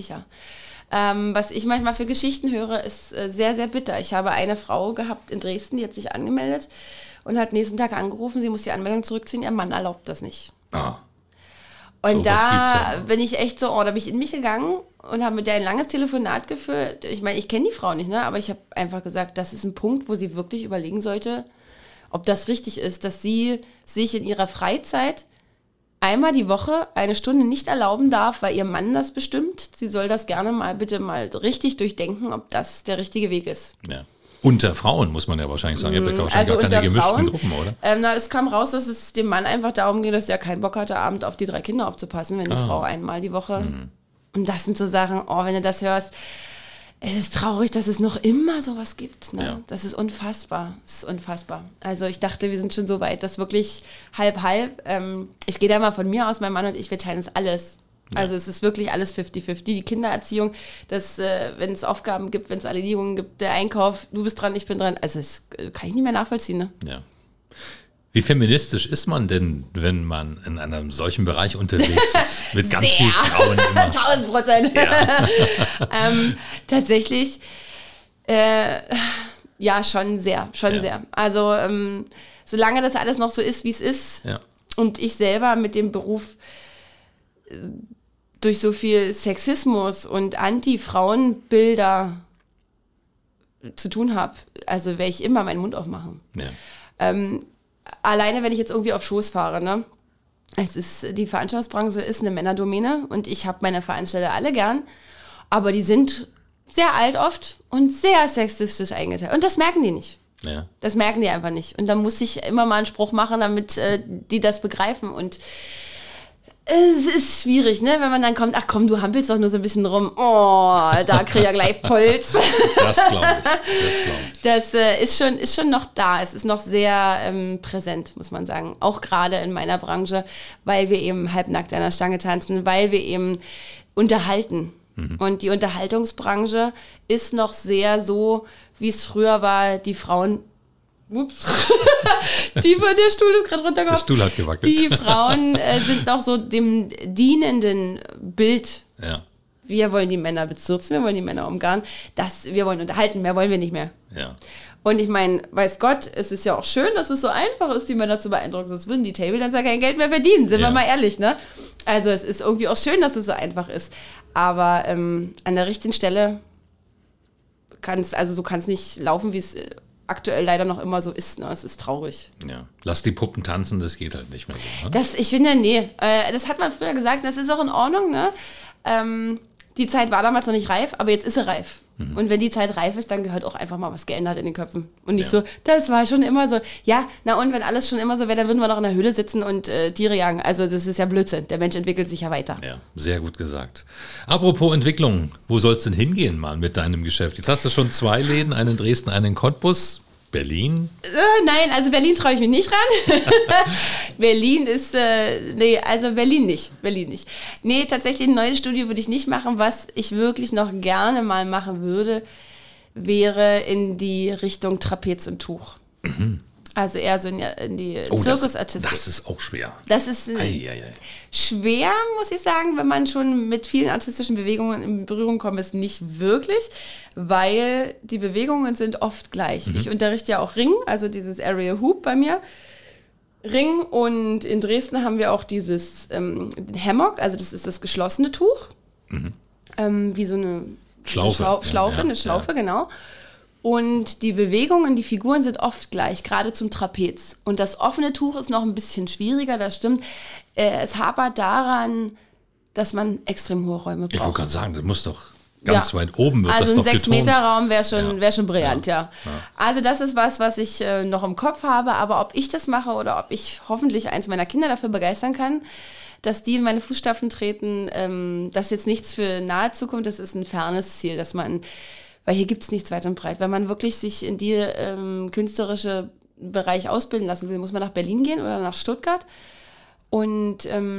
D: Was ich manchmal für Geschichten höre, ist sehr, sehr bitter. Ich habe eine Frau gehabt in Dresden, die hat sich angemeldet und hat nächsten Tag angerufen, sie muss die Anmeldung zurückziehen, ihr Mann erlaubt das nicht. Und so da bin ich echt so, da bin ich in mich gegangen und habe mit der ein langes Telefonat geführt. Ich meine, ich kenne die Frau nicht, ne? Aber ich habe einfach gesagt, das ist ein Punkt, wo sie wirklich überlegen sollte, ob das richtig ist, dass sie sich in ihrer Freizeit einmal die Woche eine Stunde nicht erlauben darf, weil ihr Mann das bestimmt. Sie soll das gerne bitte mal richtig durchdenken, ob das der richtige Weg ist.
C: Ja. Unter Frauen muss man ja wahrscheinlich sagen. Ihr habt ja wahrscheinlich gar keine gemischten Gruppen, oder?
D: Es kam raus, dass es dem Mann einfach darum ging, dass der keinen Bock hatte, abends auf die 3 Kinder aufzupassen, wenn die Frau einmal die Woche. Und das sind so Sachen, wenn du das hörst, Es ist traurig, dass es noch immer sowas gibt. Ne?
C: Ja.
D: Das ist unfassbar. Also ich dachte, wir sind schon so weit, dass wirklich halb. Ich gehe da mal von mir aus, mein Mann und ich, wir teilen das alles. Ja. Also es ist wirklich alles 50-50. Die Kindererziehung, wenn es Aufgaben gibt, wenn es Erledigungen gibt, der Einkauf, du bist dran, ich bin dran. Also das kann ich nicht mehr nachvollziehen. Ne?
C: Ja. Wie feministisch ist man denn, wenn man in einem solchen Bereich unterwegs ist? Mit ganz vielen Frauen immer.
D: 1000%. Ja. Tatsächlich, ja, schon sehr. Also, solange das alles noch so ist, wie es ist, und ich selber mit dem Beruf durch so viel Sexismus und Anti-Frauenbilder zu tun habe, also werde ich immer meinen Mund aufmachen. Ja. Alleine, wenn ich jetzt irgendwie auf Shows fahre, ne? Die Veranstaltungsbranche ist eine Männerdomäne und ich habe meine Veranstalter alle gern, aber die sind sehr alt oft und sehr sexistisch eingeteilt. Und das merken die nicht. Ja. Das merken die einfach nicht. Und da muss ich immer mal einen Spruch machen, damit die das begreifen. Und es ist schwierig, ne? Wenn man dann kommt, ach komm, du hampelst doch nur so ein bisschen rum. Oh, da krieg ich ja gleich Puls.
C: Das glaube ich.
D: Das ist schon noch da. Es ist noch sehr präsent, muss man sagen. Auch gerade in meiner Branche, weil wir eben halbnackt an der Stange tanzen, weil wir eben unterhalten. Mhm. Und die Unterhaltungsbranche ist noch sehr so, wie es früher war, die Frauen... Ups. Der Stuhl ist gerade runtergekommen.
C: Der Stuhl hat gewackelt.
D: Die Frauen sind noch so dem dienenden Bild.
C: Ja.
D: Wir wollen die Männer bezirzen, wir wollen die Männer umgarnen. Wir wollen unterhalten, mehr wollen wir nicht mehr.
C: Ja.
D: Und ich meine, weiß Gott, es ist ja auch schön, dass es so einfach ist, die Männer zu beeindrucken. Sonst würden die Table dann kein Geld mehr verdienen, sind wir mal ehrlich, ne? Also es ist irgendwie auch schön, dass es so einfach ist. Aber an der richtigen Stelle kann es nicht laufen, wie es aktuell leider noch immer so ist. Ne? Es ist traurig.
C: Ja. Lass die Puppen tanzen, das geht halt nicht mehr so. Ne?
D: Ich finde, nee. Das hat man früher gesagt, das ist auch in Ordnung. Ne? Die Zeit war damals noch nicht reif, aber jetzt ist sie reif. Mhm. Und wenn die Zeit reif ist, dann gehört auch einfach mal was geändert in den Köpfen. Und nicht so, das war schon immer so. Ja, na und wenn alles schon immer so wäre, dann würden wir noch in der Höhle sitzen und Tiere jagen. Also das ist ja Blödsinn. Der Mensch entwickelt sich ja weiter.
C: Ja, sehr gut gesagt. Apropos Entwicklung, wo soll es denn hingehen mal mit deinem Geschäft? Jetzt hast du schon 2 Läden, einen in Dresden, einen in Cottbus. Berlin?
D: Nein, also Berlin traue ich mich nicht ran. Berlin ist, Berlin nicht. Nee, tatsächlich ein neues Studio würde ich nicht machen. Was ich wirklich noch gerne mal machen würde, wäre in die Richtung Trapez und Tuch. Mhm. Also eher so in die Zirkusartistik.
C: Das ist auch schwer.
D: Das ist schwer, muss ich sagen, wenn man schon mit vielen artistischen Bewegungen in Berührung kommt, ist nicht wirklich, weil die Bewegungen sind oft gleich. Mhm. Ich unterrichte ja auch Ring, also dieses Aerial Hoop bei mir. Ring, und in Dresden haben wir auch dieses Hammock, also das ist das geschlossene Tuch. Mhm. Wie so eine Schlaufe, genau. Und die Bewegungen, die Figuren sind oft gleich, gerade zum Trapez. Und das offene Tuch ist noch ein bisschen schwieriger, das stimmt. Es hapert daran, dass man extrem hohe Räume braucht.
C: Ich wollte gerade sagen, das muss doch ganz weit oben wird
D: also
C: das doch
D: betont. Also ein 6-Meter-Raum wäre schon brillant,
C: ja.
D: Also das ist was ich noch im Kopf habe. Aber ob ich das mache oder ob ich hoffentlich eins meiner Kinder dafür begeistern kann, dass die in meine Fußstapfen treten, das ist jetzt nichts für nahe Zukunft, das ist ein fernes Ziel, dass man... Weil hier gibt es nichts weit und breit. Wenn man wirklich sich in die künstlerische Bereich ausbilden lassen will, muss man nach Berlin gehen oder nach Stuttgart. Und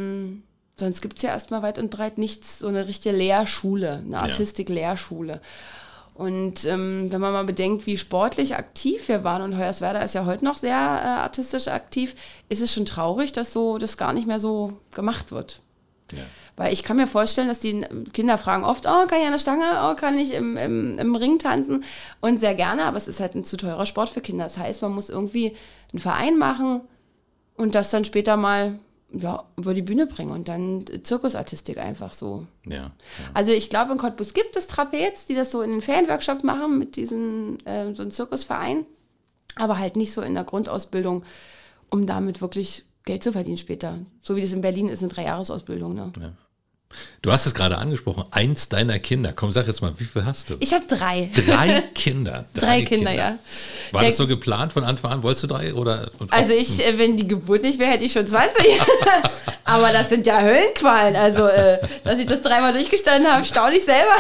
D: sonst gibt es ja erstmal weit und breit nichts, so eine richtige Lehrschule, eine Artistik-Lehrschule. Und wenn man mal bedenkt, wie sportlich aktiv wir waren, und Hoyerswerda ist ja heute noch sehr artistisch aktiv, ist es schon traurig, dass das gar nicht mehr so gemacht wird. Ja. Weil ich kann mir vorstellen, dass die Kinder fragen oft, oh, kann ich an der Stange, oh, kann ich im Ring tanzen? Und sehr gerne, aber es ist halt ein zu teurer Sport für Kinder. Das heißt, man muss irgendwie einen Verein machen und das dann später mal über die Bühne bringen und dann Zirkusartistik einfach so. Ja. Also ich glaube, in Cottbus gibt es Trapez, die das so in den Ferienworkshop machen mit diesem so einem Zirkusverein, aber halt nicht so in der Grundausbildung, um damit wirklich Geld zu verdienen später. So wie das in Berlin ist, eine 3-Jahres-Ausbildung. Ne?
C: Ja. Du hast es gerade angesprochen, eins deiner Kinder. Komm, sag jetzt mal, wie viel hast du?
D: Ich habe 3.
C: 3 Kinder.
D: 3 Kinder, ja.
C: War das so geplant von Anfang an? Wolltest du 3? Oder?
D: Also wenn die Geburt nicht wäre, hätte ich schon 20. Aber das sind ja Höllenqualen. Also, dass ich das 3-mal durchgestanden habe, staune ich selber.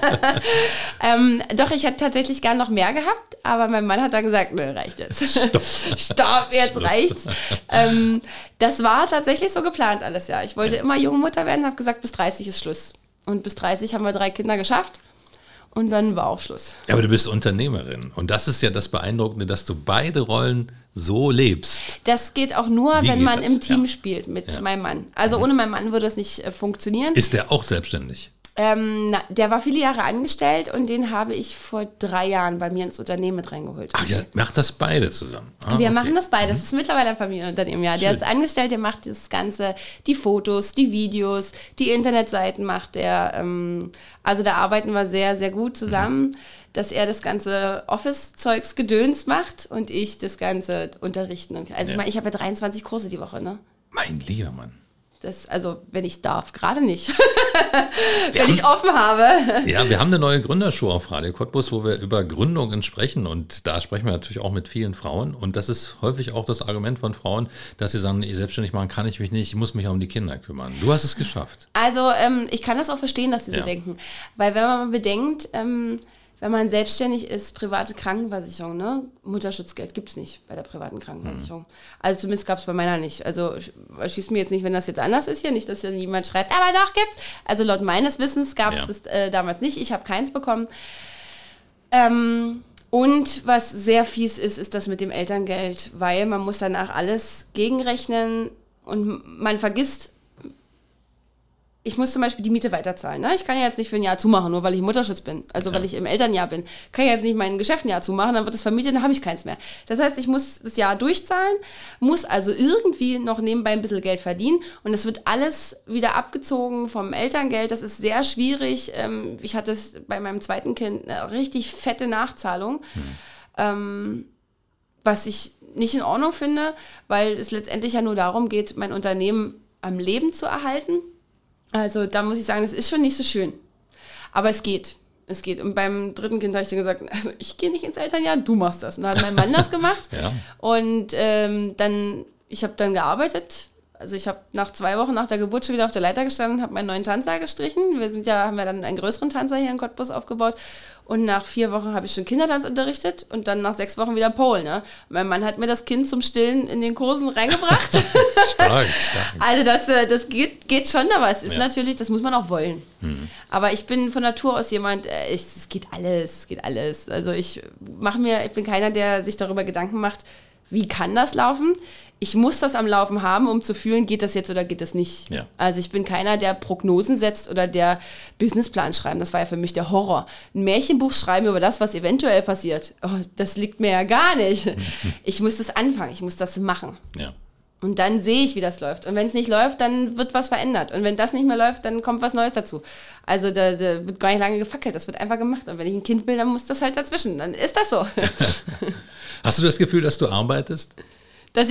D: Doch, ich hätte tatsächlich gern noch mehr gehabt, aber mein Mann hat dann gesagt, nö, reicht jetzt. Stopp, jetzt reicht's. Das war tatsächlich so geplant alles, ja. Ich wollte immer junge Mutter werden, habe gesagt, bis 30 ist Schluss. Und bis 30 haben wir 3 Kinder geschafft. Und dann war auch Schluss.
C: Ja, aber du bist Unternehmerin. Und das ist ja das Beeindruckende, dass du beide Rollen so lebst.
D: Das geht auch nur, wenn man im Team spielt mit meinem Mann. Also ohne meinen Mann würde es nicht funktionieren.
C: Ist der auch selbstständig?
D: Der war viele Jahre angestellt und den habe ich vor 3 Jahren bei mir ins Unternehmen mit reingeholt.
C: Ach, ihr macht das beide zusammen?
D: Wir machen das beide. Das ist mittlerweile ein Familienunternehmen, ja. Der ist angestellt, der macht das Ganze, die Fotos, die Videos, die Internetseiten macht er. Also da arbeiten wir sehr, sehr gut zusammen, dass er das ganze Office-Zeugs Gedöns macht und ich das ganze Unterrichten. Also ich meine, ich habe ja 23 Kurse die Woche, ne?
C: Mein lieber Mann.
D: Also, wenn ich darf, gerade nicht. Wenn ich offen habe.
C: Ja, wir haben eine neue Gründershow auf Radio Cottbus, wo wir über Gründungen sprechen. Und da sprechen wir natürlich auch mit vielen Frauen. Und das ist häufig auch das Argument von Frauen, dass sie sagen, selbstständig machen kann ich mich nicht, ich muss mich um die Kinder kümmern. Du hast es geschafft.
D: Also, ich kann das auch verstehen, dass sie so denken. Weil wenn man mal bedenkt, wenn man selbstständig ist, private Krankenversicherung, ne? Mutterschutzgeld gibt es nicht bei der privaten Krankenversicherung. Also zumindest gab es bei meiner nicht. Also schießt mir jetzt nicht, wenn das jetzt anders ist hier, nicht, dass hier jemand schreibt, aber doch gibt's. Also laut meines Wissens gab es das damals nicht. Ich habe keins bekommen. Und was sehr fies ist, ist das mit dem Elterngeld, weil man muss danach alles gegenrechnen und man vergisst, ich muss zum Beispiel die Miete weiterzahlen. Ne? Ich kann ja jetzt nicht für ein Jahr zumachen, nur weil ich im Mutterschutz bin. Also weil ich im Elternjahr bin. Kann ja jetzt nicht mein Geschäft ein Jahr zumachen, dann wird es vermietet, dann habe ich keins mehr. Das heißt, ich muss das Jahr durchzahlen, muss also irgendwie noch nebenbei ein bisschen Geld verdienen. Und es wird alles wieder abgezogen vom Elterngeld. Das ist sehr schwierig. Ich hatte es bei meinem zweiten Kind eine richtig fette Nachzahlung. Was ich nicht in Ordnung finde, weil es letztendlich ja nur darum geht, mein Unternehmen am Leben zu erhalten. Also da muss ich sagen, das ist schon nicht so schön. Aber es geht. Es geht. Und beim 3. Kind habe ich dann gesagt, also ich gehe nicht ins Elternjahr, du machst das. Und dann hat mein Mann das gemacht. Und ich habe dann gearbeitet. Also ich habe nach 2 Wochen nach der Geburt schon wieder auf der Leiter gestanden, habe meinen neuen Tanzsaal gestrichen. Haben wir dann einen größeren Tanzsaal hier in Cottbus aufgebaut. Und nach 4 Wochen habe ich schon Kindertanz unterrichtet und dann nach 6 Wochen wieder Pole. Ne? Mein Mann hat mir das Kind zum Stillen in den Kursen reingebracht.
C: Stark.
D: Also das geht schon, aber es ist natürlich, das muss man auch wollen. Aber ich bin von Natur aus jemand, es geht alles. Also ich bin keiner, der sich darüber Gedanken macht, wie kann das laufen? Ich muss das am Laufen haben, um zu fühlen, geht das jetzt oder geht das nicht. Ja. Also ich bin keiner, der Prognosen setzt oder der Businessplan schreibt. Das war ja für mich der Horror. Ein Märchenbuch schreiben über das, was eventuell passiert. Oh, das liegt mir ja gar nicht. Ich muss das anfangen, ich muss das machen. Ja. Und dann sehe ich, wie das läuft. Und wenn es nicht läuft, dann wird was verändert. Und wenn das nicht mehr läuft, dann kommt was Neues dazu. Also da wird gar nicht lange gefackelt, das wird einfach gemacht. Und wenn ich ein Kind will, dann muss das halt dazwischen. Dann ist das so.
C: Hast du das Gefühl, dass du arbeitest?
D: Das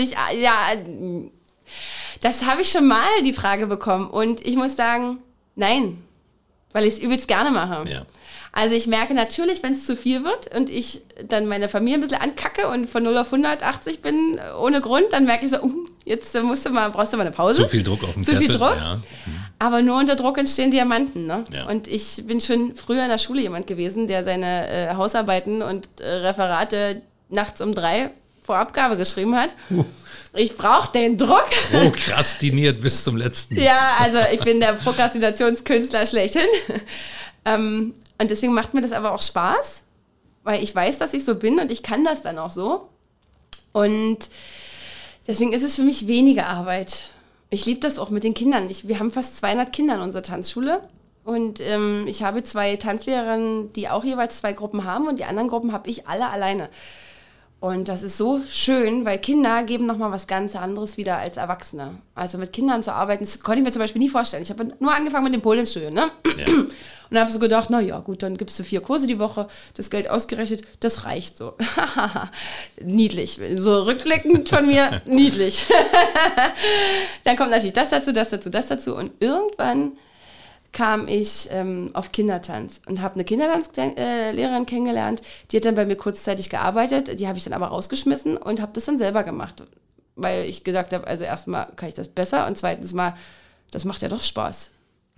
D: habe ich schon mal die Frage bekommen. Und ich muss sagen, nein, weil ich es übelst gerne mache. Ja. Also ich merke natürlich, wenn es zu viel wird und ich dann meine Familie ein bisschen ankacke und von 0 auf 180 bin ohne Grund, dann merke ich so, jetzt brauchst du mal eine Pause.
C: Zu viel Druck auf dem Kessel.
D: Zu viel Druck. Ja. Aber nur unter Druck entstehen Diamanten. Ne? Ja. Und ich bin schon früher in der Schule jemand gewesen, der seine Hausarbeiten und Referate nachts um 3 vor Abgabe geschrieben hat. Ich brauche den Druck.
C: Prokrastiniert bis zum letzten.
D: Ja, also ich bin der Prokrastinationskünstler schlechthin. Und deswegen macht mir das aber auch Spaß, weil ich weiß, dass ich so bin und ich kann das dann auch so. Und deswegen ist es für mich weniger Arbeit. Ich liebe das auch mit den Kindern. Wir haben fast 200 Kinder in unserer Tanzschule. Und ich habe 2 Tanzlehrerinnen, die auch jeweils 2 Gruppen haben und die anderen Gruppen habe ich alle alleine. Und das ist so schön, weil Kinder geben nochmal was ganz anderes wieder als Erwachsene. Also mit Kindern zu arbeiten, das konnte ich mir zum Beispiel nie vorstellen. Ich habe nur angefangen mit dem Pole ins Studio, ne? Ja. Und habe so gedacht, na ja, gut, dann gibst du 4 Kurse die Woche, das Geld ausgerechnet, das reicht so. Niedlich, so rückblickend von mir, niedlich. Dann kommt natürlich das dazu. Und irgendwann kam ich auf Kindertanz und habe eine Kindertanzlehrerin kennengelernt. Die hat dann bei mir kurzzeitig gearbeitet, die habe ich dann aber rausgeschmissen und habe das dann selber gemacht, weil ich gesagt habe, also erstmal kann ich das besser und zweitens mal, das macht ja doch Spaß.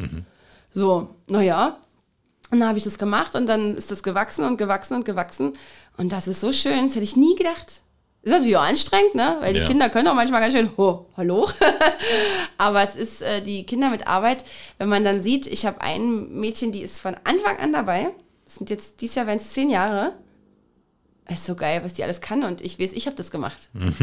D: So, naja, und dann habe ich das gemacht und dann ist das gewachsen und gewachsen und gewachsen und das ist so schön, das hätte ich nie gedacht. Ist natürlich auch anstrengend, ne? Weil die Kinder können auch manchmal ganz schön, hallo. Aber es ist die Kinder mit Arbeit, wenn man dann sieht, ich habe ein Mädchen, die ist von Anfang an dabei. Das sind jetzt, dieses Jahr werden es 10 Jahre. Das ist so geil, was die alles kann und ich weiß, ich habe das gemacht.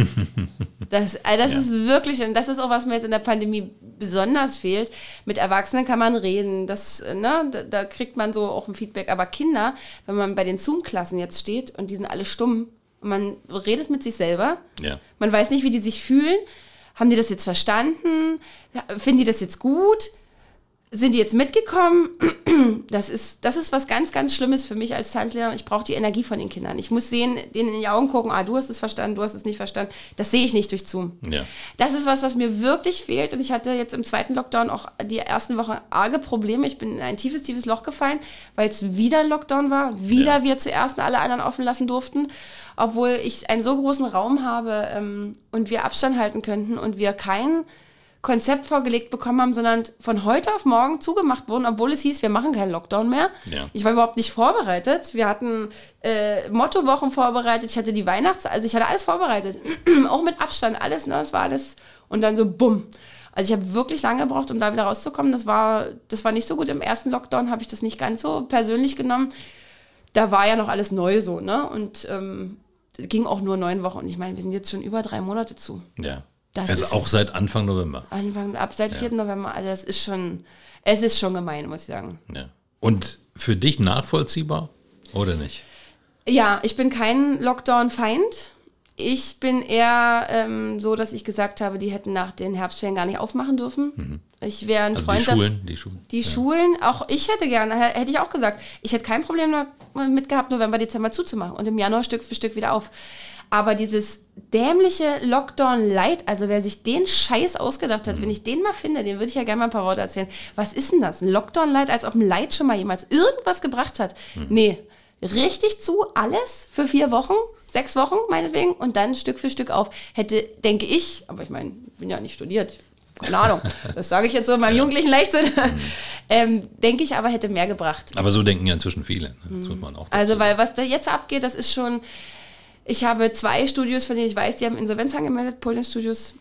D: Das ist wirklich, und das ist auch, was mir jetzt in der Pandemie besonders fehlt. Mit Erwachsenen kann man reden, da kriegt man so auch ein Feedback. Aber Kinder, wenn man bei den Zoom-Klassen jetzt steht und die sind alle stumm, man redet mit sich selber. Ja. Man weiß nicht, wie die sich fühlen. Haben die das jetzt verstanden? Finden die das jetzt gut? Sind die jetzt mitgekommen? Das ist was ganz, ganz Schlimmes für mich als Tanzlehrer. Ich brauche die Energie von den Kindern. Ich muss denen in die Augen gucken, du hast es verstanden, du hast es nicht verstanden. Das sehe ich nicht durch Zoom. Ja. Das ist was mir wirklich fehlt. Und ich hatte jetzt im zweiten Lockdown auch die ersten Wochen arge Probleme. Ich bin in ein tiefes, tiefes Loch gefallen, weil es wieder ein Lockdown war. Wir zuerst alle anderen offen lassen durften. Obwohl ich einen so großen Raum habe und wir Abstand halten könnten und wir kein Konzept vorgelegt bekommen haben, sondern von heute auf morgen zugemacht wurden, obwohl es hieß, wir machen keinen Lockdown mehr. Ja. Ich war überhaupt nicht vorbereitet. Wir hatten Mottowochen vorbereitet, ich hatte die also ich hatte alles vorbereitet. Auch mit Abstand, alles, das war alles. Und dann so bumm. Also ich habe wirklich lange gebraucht, um da wieder rauszukommen. Das war nicht so gut. Im ersten Lockdown habe ich das nicht ganz so persönlich genommen. Da war ja noch alles neu so, ne? Und ging auch nur 9 Wochen. Und ich meine, wir sind jetzt schon über 3 Monate zu.
C: Ja. Also auch seit Anfang November.
D: Seit 4. November. Also es ist schon gemein, muss ich sagen.
C: Ja. Und für dich nachvollziehbar oder nicht?
D: Ja, ich bin kein Lockdown-Feind. Ich bin eher so, dass ich gesagt habe, die hätten nach den Herbstferien gar nicht aufmachen dürfen. Ich wäre ein Freund Die Schulen, auch ich hätte ich auch gesagt, ich hätte kein Problem damit gehabt, November, Dezember zuzumachen und im Januar Stück für Stück wieder auf. Aber dieses dämliche Lockdown-Light, also wer sich den Scheiß ausgedacht hat, wenn ich den mal finde, den würde ich ja gerne mal ein paar Worte erzählen. Was ist denn das? Ein Lockdown-Light, als ob ein Light schon mal jemals irgendwas gebracht hat? Nee, richtig zu, alles für 4 Wochen, 6 Wochen meinetwegen und dann Stück für Stück auf. Denke ich, aber ich meine, ich bin ja nicht studiert, keine Ahnung, das sage ich jetzt so in meinem jugendlichen Leichtsinn, denke ich aber, hätte mehr gebracht.
C: Aber so denken ja inzwischen viele, das muss man auch dazu
D: sagen. Weil was da jetzt abgeht, das ist schon... Ich habe 2 Studios, von denen ich weiß, die haben Insolvenz angemeldet, Polnisch-Studios.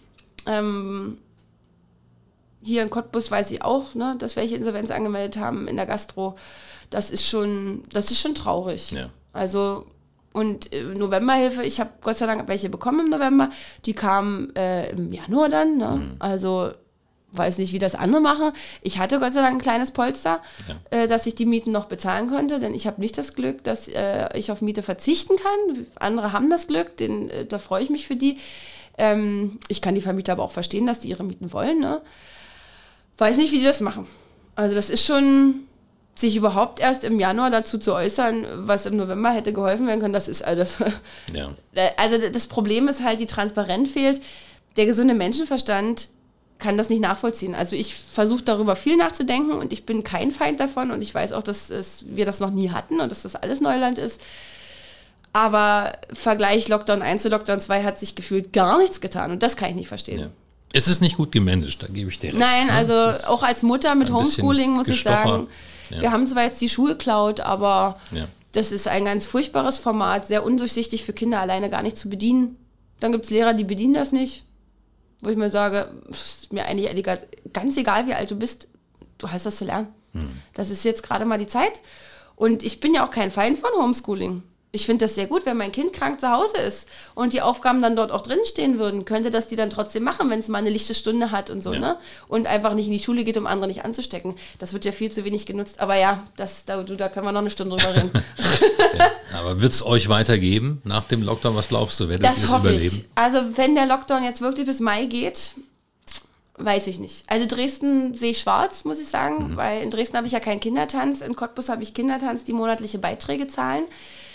D: Hier in Cottbus weiß ich auch, ne, dass welche Insolvenz angemeldet haben in der Gastro. Das ist schon traurig. Ja. Also, und Novemberhilfe, ich habe Gott sei Dank welche bekommen im November. Die kamen im Januar dann. Ne? Also, weiß nicht, wie das andere machen. Ich hatte Gott sei Dank ein kleines Polster, dass ich die Mieten noch bezahlen konnte, denn ich habe nicht das Glück, dass ich auf Miete verzichten kann. Andere haben das Glück, da freue ich mich für die. Ich kann die Vermieter aber auch verstehen, dass die ihre Mieten wollen. Ne? Weiß nicht, wie die das machen. Also das ist schon, sich überhaupt erst im Januar dazu zu äußern, was im November hätte geholfen werden können, das ist alles. Ja. Also das Problem ist halt, die Transparenz fehlt. Der gesunde Menschenverstand kann das nicht nachvollziehen. Also ich versuche darüber viel nachzudenken und ich bin kein Feind davon und ich weiß auch, dass wir das noch nie hatten und dass das alles Neuland ist. Aber Vergleich Lockdown 1 zu Lockdown 2 hat sich gefühlt gar nichts getan und das kann ich nicht verstehen. Ja.
C: Es ist nicht gut gemanagt, da gebe ich dir recht.
D: Nein, also auch als Mutter mit Homeschooling muss ich sagen, wir haben zwar jetzt die Schulcloud, aber das ist ein ganz furchtbares Format, sehr undurchsichtig für Kinder alleine gar nicht zu bedienen. Dann gibt es Lehrer, die bedienen das nicht. Wo ich mir sage, ist mir eigentlich ganz egal, wie alt du bist, du hast das zu lernen. Das ist jetzt gerade mal die Zeit. Und ich bin ja auch kein Feind von Homeschooling. Ich finde das sehr gut, wenn mein Kind krank zu Hause ist und die Aufgaben dann dort auch drinstehen würden, könnte das die dann trotzdem machen, wenn es mal eine lichte Stunde hat und so, ne? Und einfach nicht in die Schule geht, um andere nicht anzustecken. Das wird ja viel zu wenig genutzt. Aber ja, da können wir noch eine Stunde drüber reden.
C: Aber wird es euch weitergeben nach dem Lockdown? Was glaubst du, werdet ihr das überleben?
D: Ich. Also wenn der Lockdown jetzt wirklich bis Mai geht, weiß ich nicht. Also Dresden sehe ich schwarz, muss ich sagen, weil in Dresden habe ich ja keinen Kindertanz. In Cottbus habe ich Kindertanz, die monatliche Beiträge zahlen.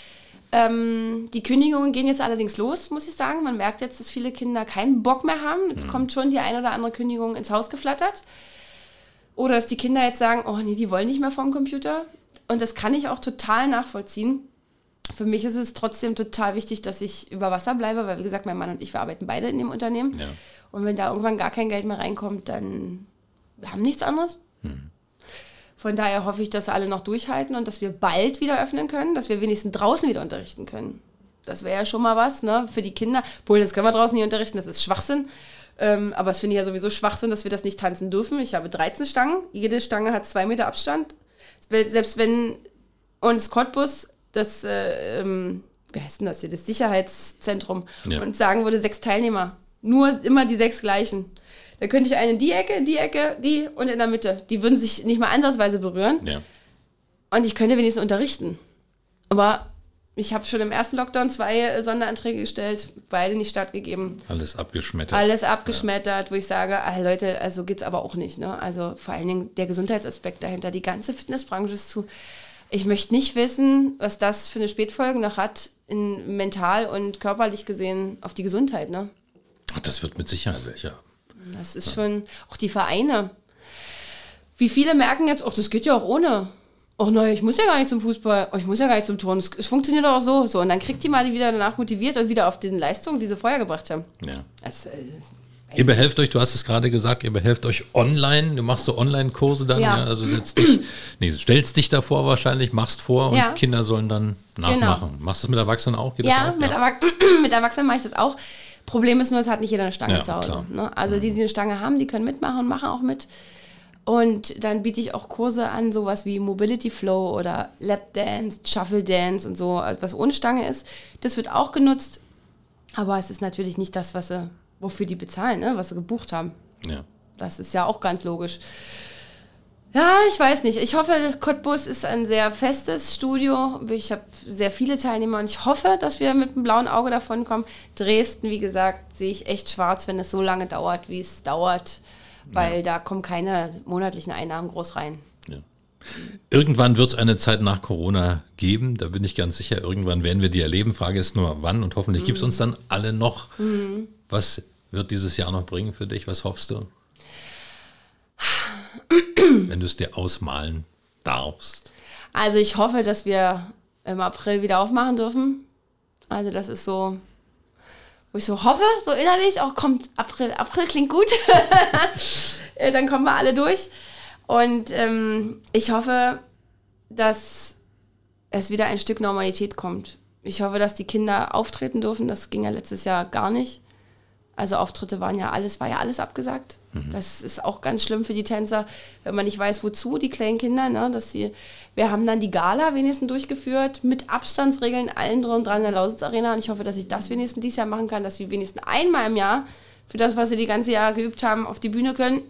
D: Die Kündigungen gehen jetzt allerdings los, muss ich sagen. Man merkt jetzt, dass viele Kinder keinen Bock mehr haben. Jetzt kommt schon die ein oder andere Kündigung ins Haus geflattert. Oder dass die Kinder jetzt sagen, oh nee, die wollen nicht mehr vorm Computer. Und das kann ich auch total nachvollziehen. Für mich ist es trotzdem total wichtig, dass ich über Wasser bleibe, weil wie gesagt, mein Mann und ich, wir arbeiten beide in dem Unternehmen. Ja. Und wenn da irgendwann gar kein Geld mehr reinkommt, dann wir haben nichts anderes. Von daher hoffe ich, dass alle noch durchhalten und dass wir bald wieder öffnen können, dass wir wenigstens draußen wieder unterrichten können. Das wäre ja schon mal was, ne, für die Kinder. Obwohl, das können wir draußen nicht unterrichten, das ist Schwachsinn. Aber das finde ich ja sowieso Schwachsinn, dass wir das nicht tanzen dürfen. Ich habe 13 Stangen, jede Stange hat 2 Meter Abstand. Selbst wenn uns Cottbus das, wie heißt denn das hier, das Sicherheitszentrum, und sagen würde, 6 Teilnehmer, nur immer die 6 gleichen. Da könnte ich einen in die Ecke, die und in der Mitte. Die würden sich nicht mal ansatzweise berühren. Ja. Und ich könnte wenigstens unterrichten. Aber ich habe schon im ersten Lockdown 2 Sonderanträge gestellt, beide nicht stattgegeben.
C: Alles abgeschmettert. Wo ich sage, Leute, also geht's aber auch nicht. Ne? Also vor allen Dingen der Gesundheitsaspekt dahinter. Die ganze Fitnessbranche ist zu. Ich möchte nicht wissen, was das für eine Spätfolge noch hat, mental und körperlich gesehen, auf die Gesundheit. Ne? Ach, das wird mit Sicherheit welche.
D: Das ist schon, auch die Vereine. Wie viele merken jetzt, das geht ja auch ohne. Nein, ich muss ja gar nicht zum Fußball, ich muss ja gar nicht zum Turnen. Es funktioniert doch auch so. Und dann kriegt die mal die wieder danach motiviert und wieder auf den Leistungen, die sie vorher gebracht haben.
C: Ja. Ihr behelft euch, du hast es gerade gesagt, ihr behelft euch online. Du machst so Online-Kurse dann. Ja. Also stellst dich davor wahrscheinlich, machst vor und Kinder sollen dann nachmachen. Genau. Machst du das mit Erwachsenen auch?
D: Geht das auch? Mit Erwachsenen mache ich das auch. Problem ist nur, es hat nicht jeder eine Stange zu Hause. Ne? Also die eine Stange haben, die können mitmachen und machen auch mit. Und dann biete ich auch Kurse an, sowas wie Mobility Flow oder Lap Dance, Shuffle Dance und so, also was ohne Stange ist. Das wird auch genutzt, aber es ist natürlich nicht das, wofür die bezahlen, ne? Was sie gebucht haben. Ja. Das ist ja auch ganz logisch. Ja, ich weiß nicht. Ich hoffe, Cottbus ist ein sehr festes Studio. Ich habe sehr viele Teilnehmer und ich hoffe, dass wir mit einem blauen Auge davon kommen. Dresden, wie gesagt, sehe ich echt schwarz, wenn es so lange dauert, wie es dauert, weil da kommen keine monatlichen Einnahmen groß rein. Ja.
C: Irgendwann wird es eine Zeit nach Corona geben, da bin ich ganz sicher. Irgendwann werden wir die erleben. Frage ist nur, wann, und hoffentlich gibt es uns dann alle noch. Was wird dieses Jahr noch bringen für dich? Was hoffst du? Wenn du es dir ausmalen darfst.
D: Also ich hoffe, dass wir im April wieder aufmachen dürfen. Also das ist so, wo ich so hoffe, so innerlich, kommt April klingt gut. Dann kommen wir alle durch. Und ich hoffe, dass es wieder ein Stück Normalität kommt. Ich hoffe, dass die Kinder auftreten dürfen. Das ging ja letztes Jahr gar nicht. Also Auftritte war ja alles abgesagt. Das ist auch ganz schlimm für die Tänzer, wenn man nicht weiß, wozu, die kleinen Kinder. Ne, wir haben dann die Gala wenigstens durchgeführt, mit Abstandsregeln, allen drum und dran in der Lausitz Arena. Und ich hoffe, dass ich das wenigstens dieses Jahr machen kann, dass wir wenigstens einmal im Jahr für das, was sie die ganze Jahr geübt haben, auf die Bühne können.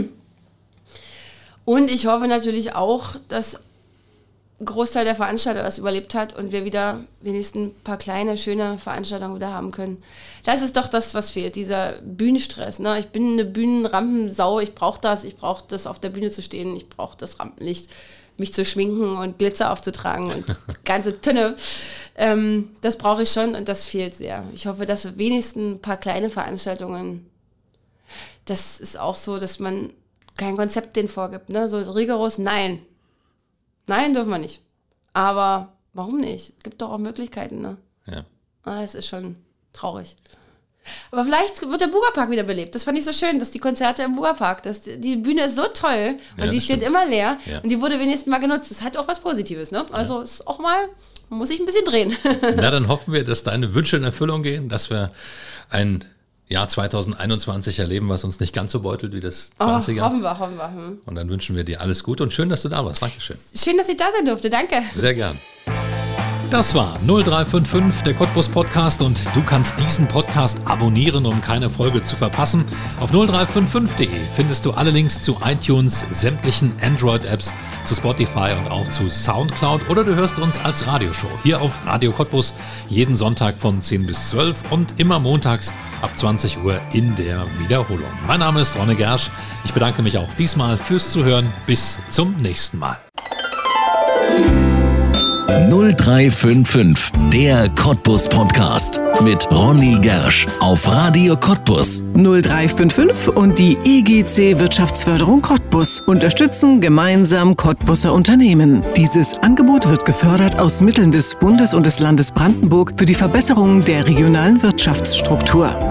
D: Und ich hoffe natürlich auch, dass ein Großteil der Veranstalter das überlebt hat und wir wieder wenigstens ein paar kleine, schöne Veranstaltungen wieder haben können. Das ist doch das, was fehlt, dieser Bühnenstress. Ne? Ich bin eine Bühnenrampensau, ich brauche das auf der Bühne zu stehen, ich brauche das Rampenlicht, mich zu schminken und Glitzer aufzutragen und ganze Tünne. Das brauche ich schon und das fehlt sehr. Ich hoffe, dass wir wenigstens ein paar kleine Veranstaltungen, das ist auch so, dass man kein Konzept denen vorgibt, ne? So rigoros, nein, dürfen wir nicht. Aber warum nicht? Es gibt doch auch Möglichkeiten, ne? Ja. Es ist schon traurig. Aber vielleicht wird der Bugerpark wieder belebt. Das fand ich so schön, dass die Konzerte im Bugerpark, die Bühne ist so toll und die steht immer leer und die wurde wenigstens mal genutzt. Das hat auch was Positives, ne? Also ist auch mal, man muss sich ein bisschen drehen.
C: Na, dann hoffen wir, dass deine Wünsche in Erfüllung gehen, dass wir ein Jahr 2021 erleben, was uns nicht ganz so beutelt wie das 20er.
D: Hoffen wir.
C: Und dann wünschen wir dir alles Gute und schön, dass du da warst. Dankeschön.
D: Schön, dass ich da sein durfte. Danke.
C: Sehr gern. Das war 0355, der Cottbus Podcast, und du kannst diesen Podcast abonnieren, um keine Folge zu verpassen. Auf 0355.de findest du alle Links zu iTunes, sämtlichen Android-Apps, zu Spotify und auch zu Soundcloud, oder du hörst uns als Radioshow hier auf Radio Cottbus jeden Sonntag von 10 bis 12 und immer montags ab 20 Uhr in der Wiederholung. Mein Name ist Ronny Gersch. Ich bedanke mich auch diesmal fürs Zuhören. Bis zum nächsten Mal.
A: 0355, der Cottbus Podcast mit Ronny Gersch auf Radio Cottbus.
B: 0355 und die EGC Wirtschaftsförderung Cottbus unterstützen gemeinsam Cottbuser Unternehmen. Dieses Angebot wird gefördert aus Mitteln des Bundes und des Landes Brandenburg für die Verbesserung der regionalen Wirtschaftsstruktur.